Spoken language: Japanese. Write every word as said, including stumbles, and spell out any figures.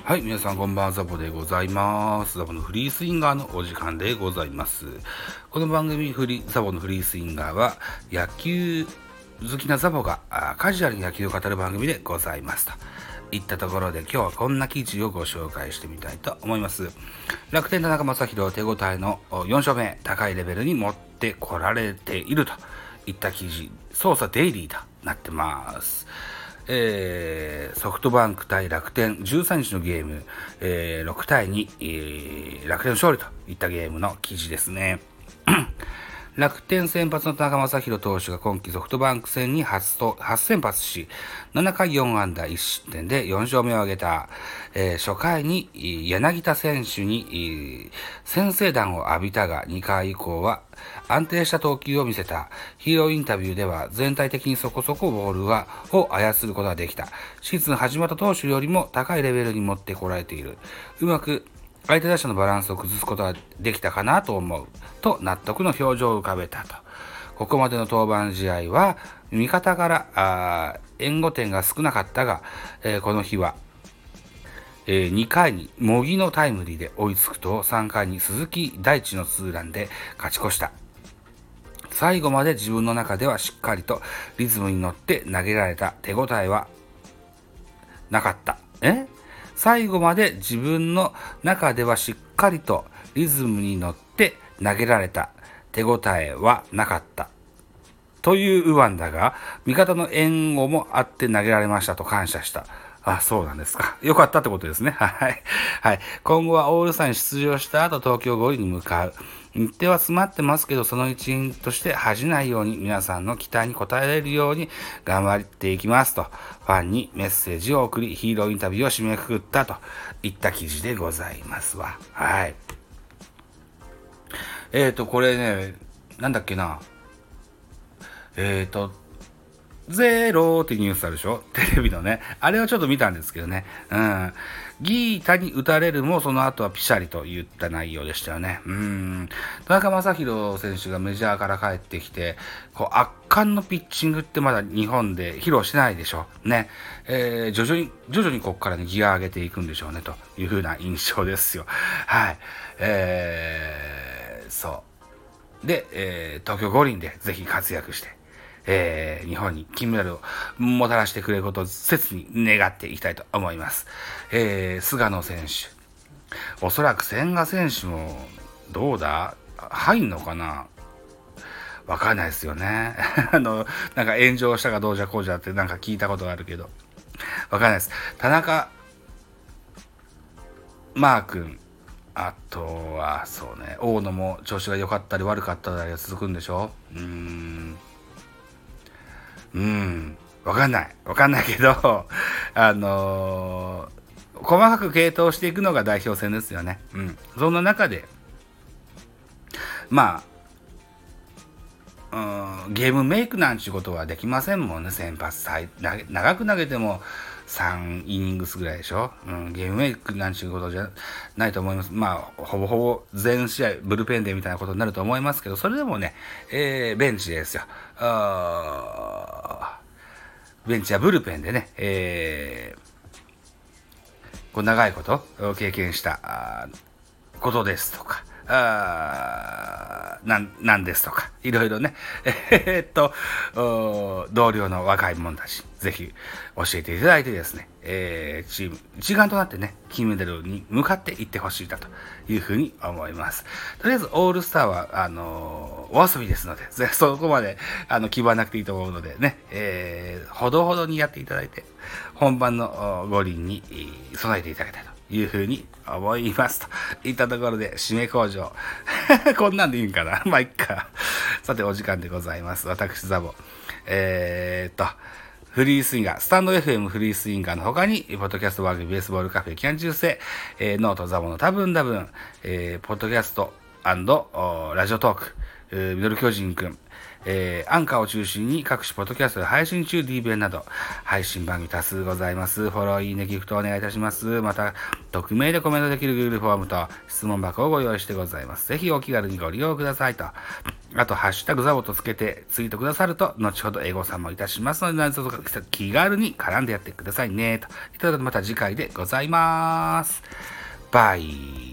はい、皆さんこんばんは、ザボでございます。ザボのフリースインガーのお時間でございます。この番組フリザボのフリースインガーは野球好きなザボがカジュアルに野球を語る番組でございますといったところで、今日はこんな記事をご紹介してみたいと思います。楽天田中将大手応えのよん勝目、高いレベルに持ってこられているといった記事、捜査デイリーとなってます。えー、ソフトバンク対楽天じゅうさんにちのゲーム、えー、ろくたいに、えー、楽天勝利といったゲームの記事ですね。楽天先発の田中将大投手が今季ソフトバンク戦に 初, と初先発し、ななかいよん安打いち失点でよん勝目を挙げた。えー、初回に柳田選手に先制弾を浴びたが、にかい以降は安定した投球を見せた。ヒーローインタビューでは全体的にそこそこボールはを操ることができた。シーズン始まった当初よりも高いレベルに持ってこられている。うまく相手打者のバランスを崩すことができたかなと思うと納得の表情を浮かべたと。ここまでの登板試合は味方から援護点が少なかったが、えー、この日は、えー、にかいに茂木のタイムリーで追いつくと、さんかいに鈴木大地のツーランで勝ち越した。最後まで自分の中ではしっかりとリズムに乗って投げられた。手応えはなかった。え最後まで自分の中ではしっかりとリズムに乗って投げられた。手応えはなかった。という右腕だが、味方の援護もあって投げられましたと感謝した。あ、そうなんですか。よかったってことですね。はい。はい。今後はオールスターに出場した後、東京五輪に向かう。日程は詰まってますけど、その一員として恥じないように、皆さんの期待に応えられるように頑張っていきますと、ファンにメッセージを送り、ヒーローインタビューを締めくくったといった記事でございますわ。はい。えーと、これね、なんだっけな。えーと、ゼローってニュースあるでしょ、テレビのね。あれはちょっと見たんですけどね。うん。ギータに打たれるも、その後はピシャリと言った内容でしたよね。うん。田中将大選手がメジャーから帰ってきて、こう圧巻のピッチングってまだ日本で披露してないでしょ。ね。えー、徐々に、徐々にここからね、ギア上げていくんでしょうね、という風な印象ですよ。はい。えー、そう。で、えー、東京五輪でぜひ活躍して、えー、日本に金メダルをもたらしてくれることを切に願っていきたいと思います。えー、菅野選手。おそらく千賀選手もどうだ入んのかな、わかんないですよね。あの、なんか炎上したかどうじゃこうじゃってなんか聞いたことがあるけど。わかんないです。田中、マー君、あとはそうね、大野も調子が良かったり悪かったりが続くんでしょうーん。うん、わかんない。わかんないけど、あのー、細かく系統していくのが代表戦ですよね。うん。そんな中で、まあ、うん、ゲームメイクなんちゅうことはできませんもんね、先発。長く投げてもさんイニングスぐらいでしょ。うん、ゲームメイクなんちゅうことじゃないと思います。まあ、ほぼほぼ全試合ブルペンでみたいなことになると思いますけど、それでもね、えー、ベンチですよ。あベンチやブルペンでね、えー、こう長いこと経験したことですとか、あなん、なんですとか、いろいろね、えー、っと、同僚の若い者たち、ぜひ教えていただいてですね、えー、チーム一丸となってね、金メダルに向かっていってほしいなというふうに思います。とりあえず、オールスターは、あのー、お遊びですので、そこまで、あの、気張らなくていいと思うのでね、えー、ほどほどにやっていただいて、本番の五輪に備えていただきたいというふうに思いますといったところで、締め工場こんなんでいいんかなまあいっか。さてお時間でございます。私ザボえー、っとフリースインガースタンド エフエム フリースインガーの他にポッドキャスト番組ベースボールカフェキャン中世、えー、ノートザボの多分多分、えー、ポッドキャスト&ラジオトーク、ミドル巨人くん、 えー、アンカーを中心に各種ポッドキャストで配信中、 ディーブイエヌ など配信番組多数ございます。フォロー、いいね、ギフトお願いいたします。また匿名でコメントできる Google フォームと質問箱をご用意してございます。ぜひお気軽にご利用くださいと。あと、ハッシュタグザボとつけてツイートくださると、後ほどエゴサもいたしますので、何卒気軽に絡んでやってくださいね。といったことでまた次回でございます。バイ。